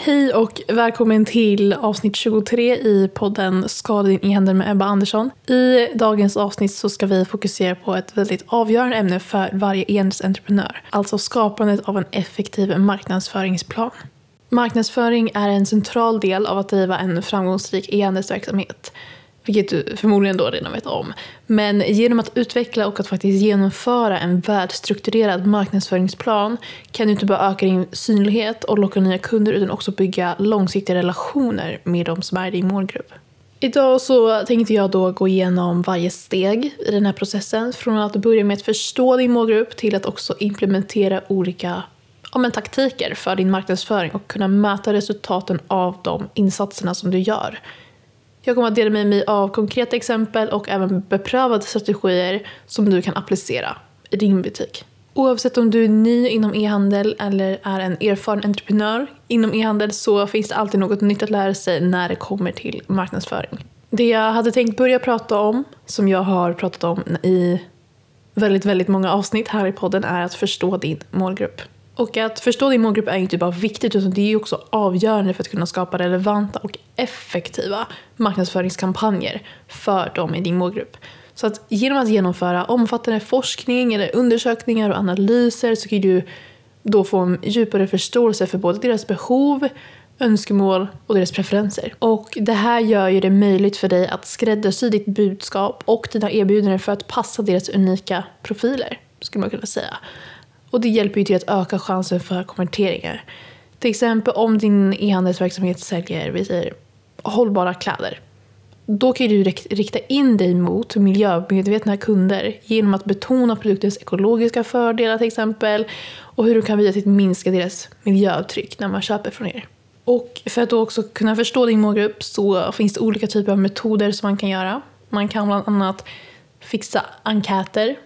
Hej och välkommen till avsnitt 23 i podden Skada din e-handel med Ebba Andersson. I dagens avsnitt så ska vi fokusera på ett väldigt avgörande ämne för varje e-handelsentreprenör. Alltså skapandet av en effektiv marknadsföringsplan. Marknadsföring är en central del av att driva en framgångsrik e-handelsverksamhet. Vilket du förmodligen då redan vet om. Men genom att utveckla och att faktiskt genomföra en välstrukturerad marknadsföringsplan kan du inte bara öka din synlighet och locka nya kunder utan också bygga långsiktiga relationer med de som är din målgrupp. Idag så tänkte jag då gå igenom varje steg i den här processen. Från att börja med att förstå din målgrupp till att också implementera olika taktiker för din marknadsföring och kunna mäta resultaten av de insatserna som du gör. Jag kommer att dela med mig av konkreta exempel och även beprövade strategier som du kan applicera i din butik. Oavsett om du är ny inom e-handel eller är en erfaren entreprenör inom e-handel så finns det alltid något nytt att lära sig när det kommer till marknadsföring. Det jag hade tänkt börja prata om, som jag har pratat om i väldigt, väldigt många avsnitt här i podden, är att förstå din målgrupp. Och att förstå din målgrupp är inte bara viktigt utan det är också avgörande för att kunna skapa relevanta och effektiva marknadsföringskampanjer för dem i din målgrupp. Så att genom att genomföra omfattande forskning eller undersökningar och analyser så kan du då få en djupare förståelse för både deras behov, önskemål och deras preferenser. Och det här gör ju det möjligt för dig att skräddarsy ditt budskap och dina erbjudanden för att passa deras unika profiler, skulle man kunna säga. Och det hjälper ju till att öka chansen för konverteringar. Till exempel om din e-handelsverksamhet säljer hållbara kläder. Då kan du rikta in dig mot miljömedvetna kunder genom att betona produktens ekologiska fördelar till exempel. Och hur du kan bidra till att minska deras miljöavtryck när man köper från er. Och för att då också kunna förstå din målgrupp så finns det olika typer av metoder som man kan göra. Man kan bland annat fixa enkäter.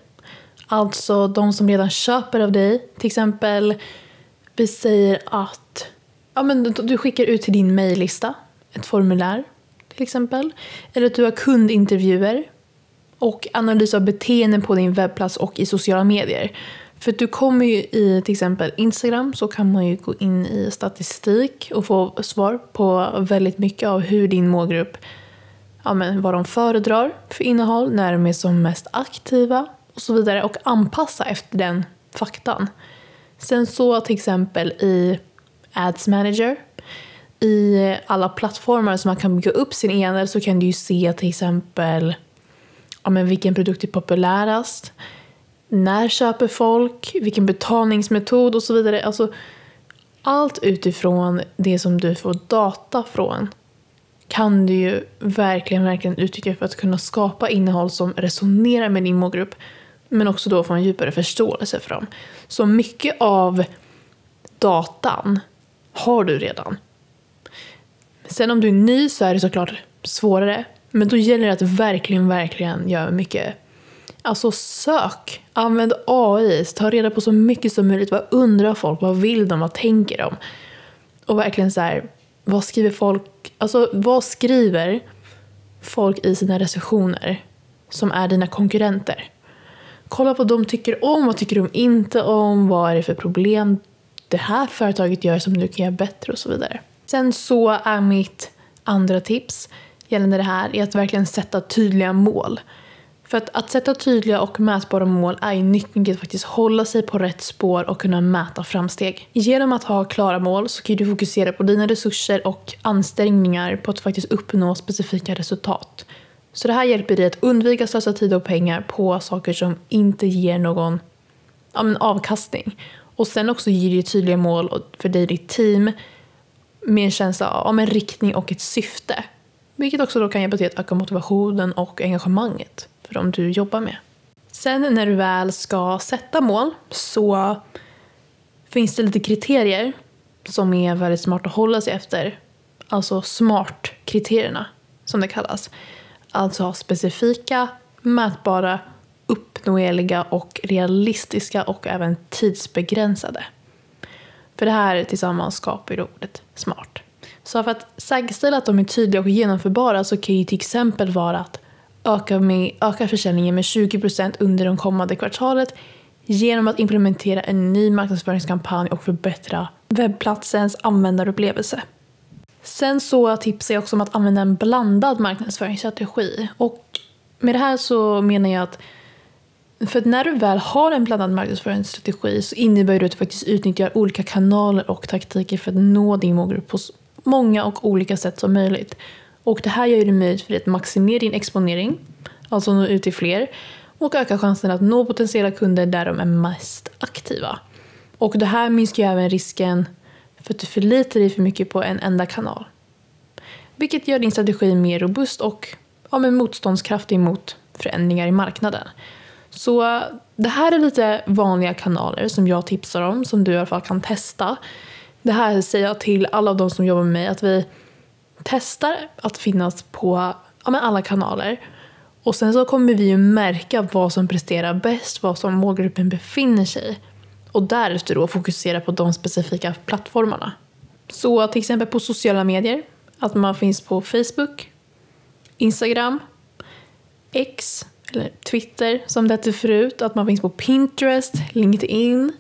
Alltså de som redan köper av dig. Till exempel, vi säger att du skickar ut till din mejllista ett formulär till exempel. Eller att du har kundintervjuer och analys av beteenden på din webbplats och i sociala medier. För att du kommer ju i till exempel Instagram så kan man ju gå in i statistik och få svar på väldigt mycket av hur din målgrupp, vad de föredrar för innehåll, när de är som mest aktiva och så vidare och anpassa efter den faktan. Sen så till exempel i Ads Manager, i alla plattformar som man kan bygga upp sin e-handel så kan du ju se till exempel vilken produkt är populärast, när köper folk, vilken betalningsmetod och så vidare. Alltså allt utifrån det som du får data från kan du ju verkligen utnyttja för att kunna skapa innehåll som resonerar med din målgrupp. Men också då få en djupare förståelse för dem. Så mycket av datan har du redan. Sen om du är ny så är det såklart svårare. Men då gäller det att verkligen göra mycket. Alltså sök. Använd AI. Ta reda på så mycket som möjligt. Vad undrar folk? Vad vill de? Vad tänker de? Och verkligen så här. Vad skriver folk? Alltså vad skriver folk i sina recensioner som är dina konkurrenter? Kolla på vad de tycker om, vad tycker de inte om, vad är det för problem det här företaget gör som du kan göra bättre och så vidare. Sen så är mitt andra tips gällande det här är att verkligen sätta tydliga mål. För att sätta tydliga och mätbara mål är ju nyckeln att faktiskt hålla sig på rätt spår och kunna mäta framsteg. Genom att ha klara mål så kan du fokusera på dina resurser och ansträngningar på att faktiskt uppnå specifika resultat. Så det här hjälper dig att undvika att slösa tid och pengar på saker som inte ger någon avkastning. Och sen också ger det tydliga mål för dig och ditt team med en känsla av en riktning och ett syfte. Vilket också då kan hjälpa till att öka motivationen och engagemanget för dem du jobbar med. Sen när du väl ska sätta mål så finns det lite kriterier som är väldigt smart att hålla sig efter. Alltså SMART-kriterierna som det kallas. Alltså specifika, mätbara, uppnåeliga och realistiska och även tidsbegränsade. För det här tillsammans skapar ju ordet smart. Så för att säkerställa att de är tydliga och genomförbara så kan ju till exempel vara att öka försäljningen med 20% under det kommande kvartalet genom att implementera en ny marknadsföringskampanj och förbättra webbplatsens användarupplevelse. Sen så tipsar jag också om att använda en blandad marknadsföringsstrategi. Och med det här så menar jag att för att när du väl har en blandad marknadsföringsstrategi så innebär det att du faktiskt utnyttjar olika kanaler och taktiker för att nå din målgrupp på så många och olika sätt som möjligt. Och det här gör det möjligt för dig att maximera din exponering, alltså nå ut till fler, och öka chansen att nå potentiella kunder där de är mest aktiva. Och det här minskar ju även risken för att du förlitar dig för mycket på en enda kanal. Vilket gör din strategi mer robust och motståndskraftig mot förändringar i marknaden. Så det här är lite vanliga kanaler som jag tipsar om, som du i alla fall kan testa. Det här säger jag till alla av de som jobbar med mig, att vi testar att finnas på alla kanaler. Och sen så kommer vi ju märka vad som presterar bäst, vad som målgruppen befinner sig i. Och därefter då fokusera på de specifika plattformarna. Så till exempel på sociala medier, att man finns på Facebook, Instagram, X eller Twitter som det hette förut, att man finns på Pinterest, LinkedIn.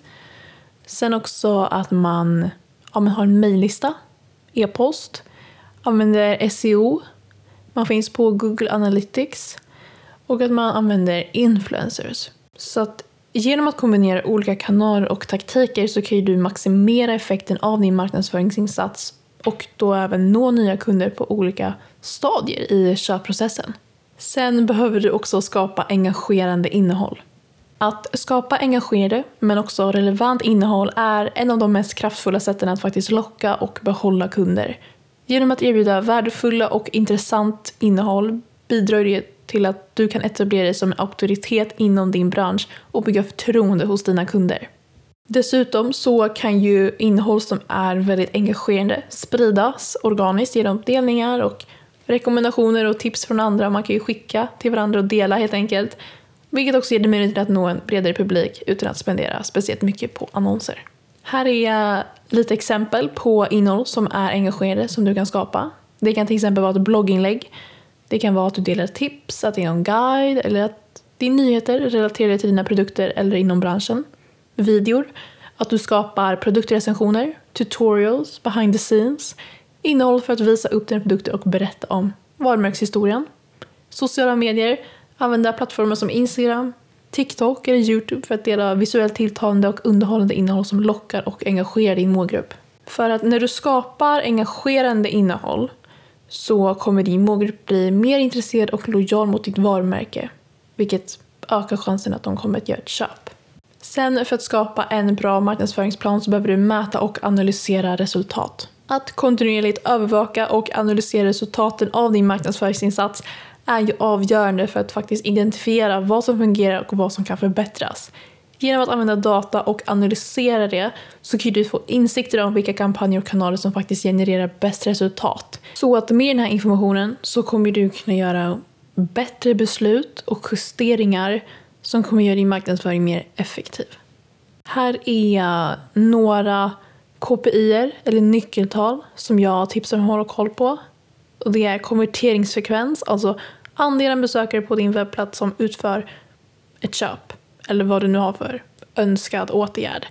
Sen också att man har en mejllista, e-post, använder SEO, man finns på Google Analytics och att man använder influencers. Så att genom att kombinera olika kanaler och taktiker så kan du maximera effekten av din marknadsföringsinsats och då även nå nya kunder på olika stadier i köpprocessen. Sen behöver du också skapa engagerande innehåll. Att skapa engagerande men också relevant innehåll är en av de mest kraftfulla sätten att faktiskt locka och behålla kunder. Genom att erbjuda värdefulla och intressant innehåll bidrar det till att du kan etablera dig som en auktoritet inom din bransch och bygga förtroende hos dina kunder. Dessutom så kan ju innehåll som är väldigt engagerande spridas organiskt genom delningar och rekommendationer och tips från andra. Man kan ju skicka till varandra och dela helt enkelt. Vilket också ger dig möjlighet att nå en bredare publik utan att spendera speciellt mycket på annonser. Här är lite exempel på innehåll som är engagerande som du kan skapa. Det kan till exempel vara ett blogginlägg. Det kan vara att du delar tips, att det är en guide eller att din nyheter relaterar till dina produkter eller inom branschen. Videor, att du skapar produktrecensioner, tutorials, behind the scenes. Innehåll för att visa upp dina produkter och berätta om varumärkeshistorien. Sociala medier, använda plattformar som Instagram, TikTok eller YouTube för att dela visuellt tilltalande och underhållande innehåll som lockar och engagerar din målgrupp. För att när du skapar engagerande innehåll så kommer din målgrupp bli mer intresserad och lojal mot ditt varumärke, vilket ökar chansen att de kommer att göra ett köp. Sen för att skapa en bra marknadsföringsplan så behöver du mäta och analysera resultat. Att kontinuerligt övervaka och analysera resultaten av din marknadsföringsinsats är ju avgörande för att faktiskt identifiera vad som fungerar och vad som kan förbättras. Genom att använda data och analysera det så kan du få insikter om vilka kampanjer och kanaler som faktiskt genererar bäst resultat. Så att med den här informationen så kommer du kunna göra bättre beslut och justeringar som kommer göra din marknadsföring mer effektiv. Här är några KPI:er eller nyckeltal som jag tipsar om att hålla koll på. Och det är konverteringsfrekvens, alltså andelen besökare på din webbplats som utför ett köp. Eller vad du nu har för önskad åtgärd.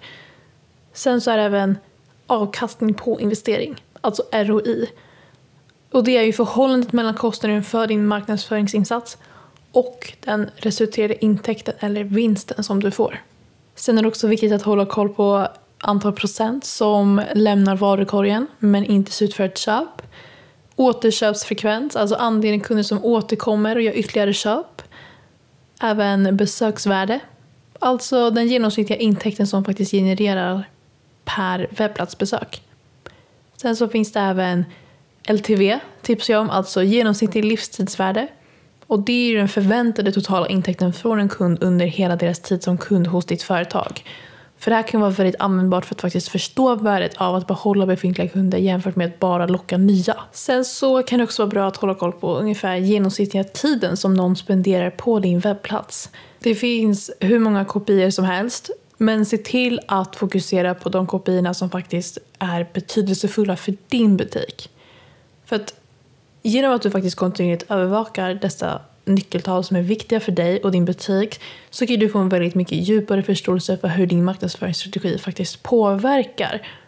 Sen så är det även avkastning på investering, alltså ROI. Och det är ju förhållandet mellan kostnaden för din marknadsföringsinsats och den resulterade intäkten eller vinsten som du får. Sen är det också viktigt att hålla koll på antal procent som lämnar varukorgen men inte slutför ett köp. Återköpsfrekvens, alltså andelen kunder som återkommer och gör ytterligare köp. Även besöksvärde, alltså den genomsnittliga intäkten som faktiskt genererar per webbplatsbesök. Sen så finns det även LTV, tipsar jag om, alltså genomsnittlig livstidsvärde. Och det är ju den förväntade totala intäkten från en kund under hela deras tid som kund hos ditt företag. För det här kan vara väldigt användbart för att faktiskt förstå värdet av att behålla befintliga kunder jämfört med att bara locka nya. Sen så kan det också vara bra att hålla koll på ungefär genomsnittliga tiden som någon spenderar på din webbplats. Det finns hur många kopior som helst, men se till att fokusera på de kopiorna som faktiskt är betydelsefulla för din butik. För att genom att du faktiskt kontinuerligt övervakar dessa nyckeltal som är viktiga för dig och din butik så kan du få en väldigt mycket djupare förståelse för hur din marknadsföringsstrategi faktiskt påverkar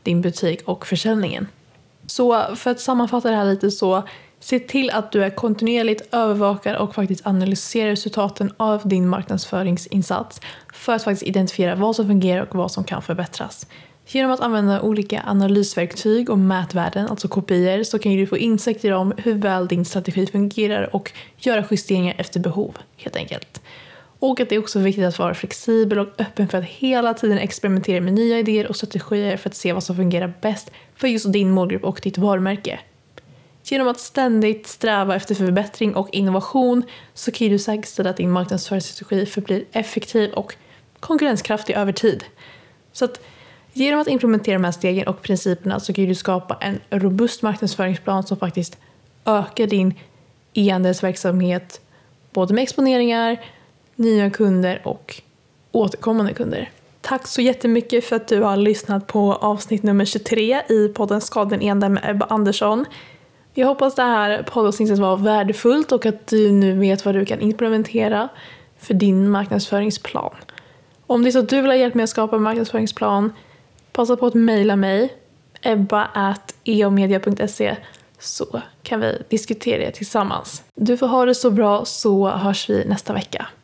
din butik och försäljningen. Så för att sammanfatta det här lite så, se till att du är kontinuerligt övervakar och faktiskt analyserar resultaten av din marknadsföringsinsats för att faktiskt identifiera vad som fungerar och vad som kan förbättras. Genom att använda olika analysverktyg och mätvärden, alltså KPI:er, så kan du få insikter om hur väl din strategi fungerar och göra justeringar efter behov, helt enkelt. Och att det är också viktigt att vara flexibel och öppen för att hela tiden experimentera med nya idéer och strategier för att se vad som fungerar bäst för just din målgrupp och ditt varumärke. Genom att ständigt sträva efter förbättring och innovation så kan du säkerställa att din marknadsföringsstrategi förblir effektiv och konkurrenskraftig över tid. Så att genom att implementera de här stegen och principerna så kan du skapa en robust marknadsföringsplan som faktiskt ökar din e-handelsverksamhet både med exponeringar, nya kunder och återkommande kunder. Tack så jättemycket för att du har lyssnat på avsnitt nummer 23 i podden Skadligen e-handel med Ebba Andersson. Jag hoppas det här poddavsnittet var värdefullt och att du nu vet vad du kan implementera för din marknadsföringsplan. Om det är så att du vill ha hjälp med att skapa en marknadsföringsplan, passa på att mejla mig ebba@eomedia.se så kan vi diskutera det tillsammans. Du får ha det så bra så hörs vi nästa vecka.